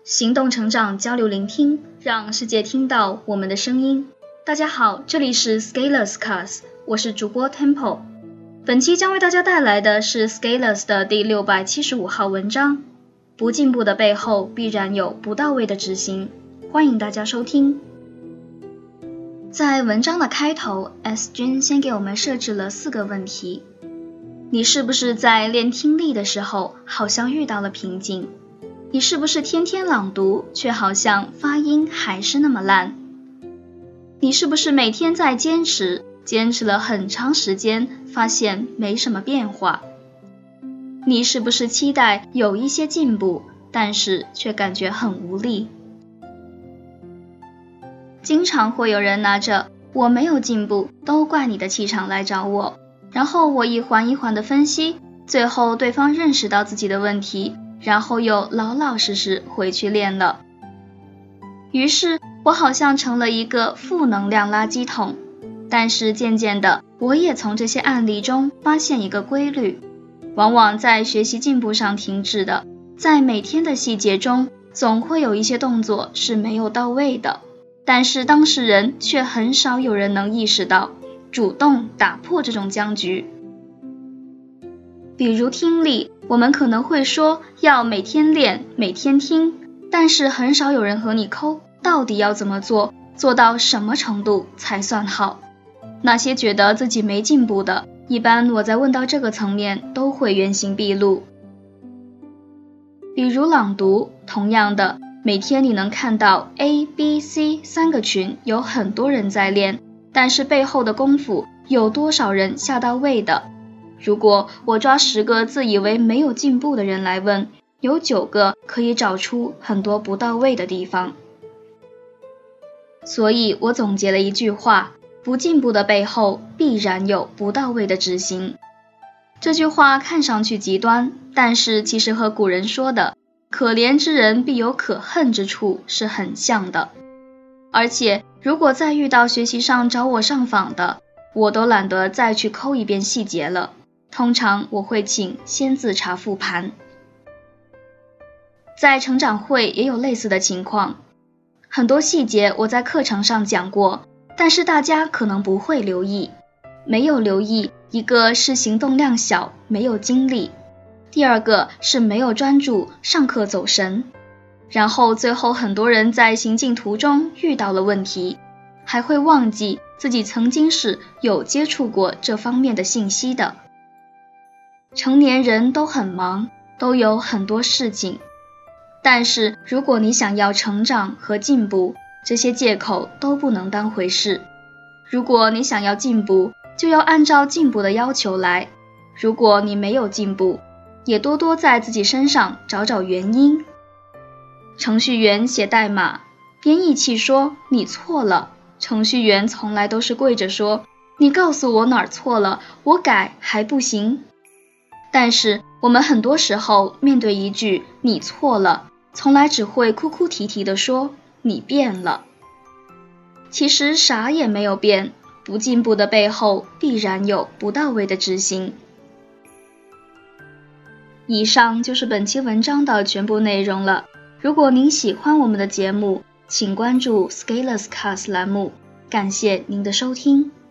行动成长交流聆听，让世界听到我们的声音。大家好，这里是 Scalers Cast， 我是主播 Temple。 本期将为大家带来的是 Scalers 的第675号文章，不进步的背后必然有不到位的执行。欢迎大家收听。在文章的开头， S 君先给我们设置了4个问题。你是不是在练听力的时候好像遇到了瓶颈？你是不是天天朗读，却好像发音还是那么烂？你是不是每天在坚持了很长时间，发现没什么变化？你是不是期待有一些进步，但是却感觉很无力？经常会有人拿着我没有进步，都怪你的气场来找我，然后我一环一环的分析，最后对方认识到自己的问题，然后又老老实实回去练了。于是我好像成了一个负能量垃圾桶。但是渐渐的，我也从这些案例中发现一个规律，往往在学习进步上停滞的，在每天的细节中，总会有一些动作是没有到位的，但是当事人却很少有人能意识到，主动打破这种僵局。比如听力，我们可能会说要每天练，每天听，但是很少有人和你抠，到底要怎么做，做到什么程度才算好。那些觉得自己没进步的，一般我在问到这个层面都会原形毕露。比如朗读，同样的，每天你能看到 A、B、C 3个群有很多人在练，但是背后的功夫有多少人下到位的？如果我抓10个自以为没有进步的人来问，有9个可以找出很多不到位的地方。所以我总结了一句话，不进步的背后必然有不到位的执行。这句话看上去极端，但是其实和古人说的可怜之人必有可恨之处是很像的。而且如果再遇到学习上找我上访的，我都懒得再去抠一遍细节了，通常我会请先自查复盘。在成长会也有类似的情况，很多细节我在课程上讲过，但是大家可能不会留意。没有留意，一个是行动量小，没有精力；第二个是没有专注，上课走神。然后最后很多人在行进途中遇到了问题，还会忘记自己曾经是有接触过这方面的信息的。成年人都很忙，都有很多事情，但是如果你想要成长和进步，这些借口都不能当回事。如果你想要进步，就要按照进步的要求来。如果你没有进步，也多多在自己身上找找原因。程序员写代码，编译器说你错了，程序员从来都是跪着说你告诉我哪儿错了，我改还不行。但是我们很多时候面对一句你错了，从来只会哭哭啼啼地说你变了。其实啥也没有变，不进步的背后必然有不到位的执行。以上就是本期文章的全部内容了。如果您喜欢我们的节目，请关注 Scalers Cast 栏目。感谢您的收听。